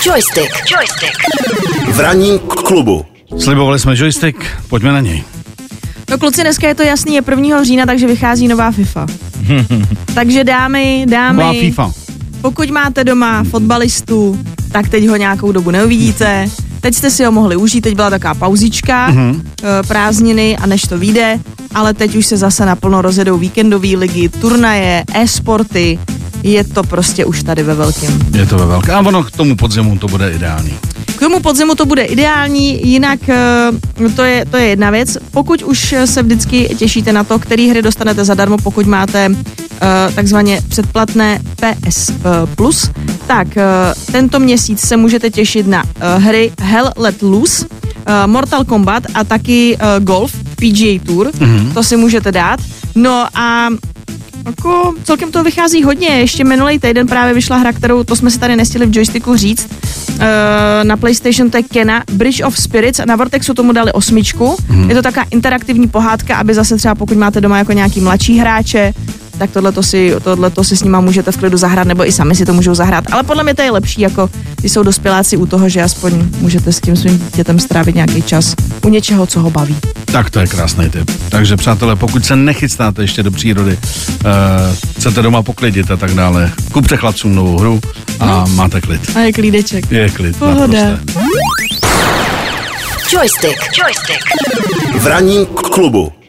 Joystick. V ranním klubu. Slibovali jsme joystick, pojďme na něj. No kluci, dneska je to jasný, je 1. října, takže vychází nová FIFA. Takže dámy, Nová FIFA. pokud máte doma fotbalistu, tak teď ho nějakou dobu neuvidíte. Teď jste si ho mohli užít, teď byla taková pauzička, prázdniny a než to vyjde, ale teď už se zase naplno rozjedou víkendové ligy, turnaje, e-sporty, je to prostě už tady ve velkém. Je to ve velkém. A ono k tomu podzimu to bude ideální. K tomu podzimu to bude ideální, jinak to je jedna věc. Pokud už se vždycky těšíte na to, který hry dostanete zadarmo, pokud máte takzvaně předplatné PS Plus, tak tento měsíc se můžete těšit na hry Hell Let Loose, Mortal Kombat a taky Golf PGA Tour. To si můžete dát. No a jako celkem to vychází hodně. Ještě minulý týden právě vyšla hra, kterou to jsme si tady nestihli v joysticku říct. Na PlayStation to je Kena, Bridge of Spirits, na Vortexu tomu dali 8. Je to taková interaktivní pohádka, aby zase třeba pokud máte doma jako nějaký mladší hráče, tak tohleto si s nima můžete v klidu zahrát, nebo i sami si to můžou zahrát. Ale podle mě to je lepší, jako když jsou dospěláci u toho, že aspoň můžete s tím svým dítětem strávit nějaký čas u něčeho, co ho baví. Tak to je krásný tip. Takže přátelé, pokud se nechystáte ještě do přírody, chcete doma poklidit a tak dále, kupte chlapcům novou hru a máte klid. A je klídeček. Je klid, Pohoda. naprosté. Joystick. V ranním klubu.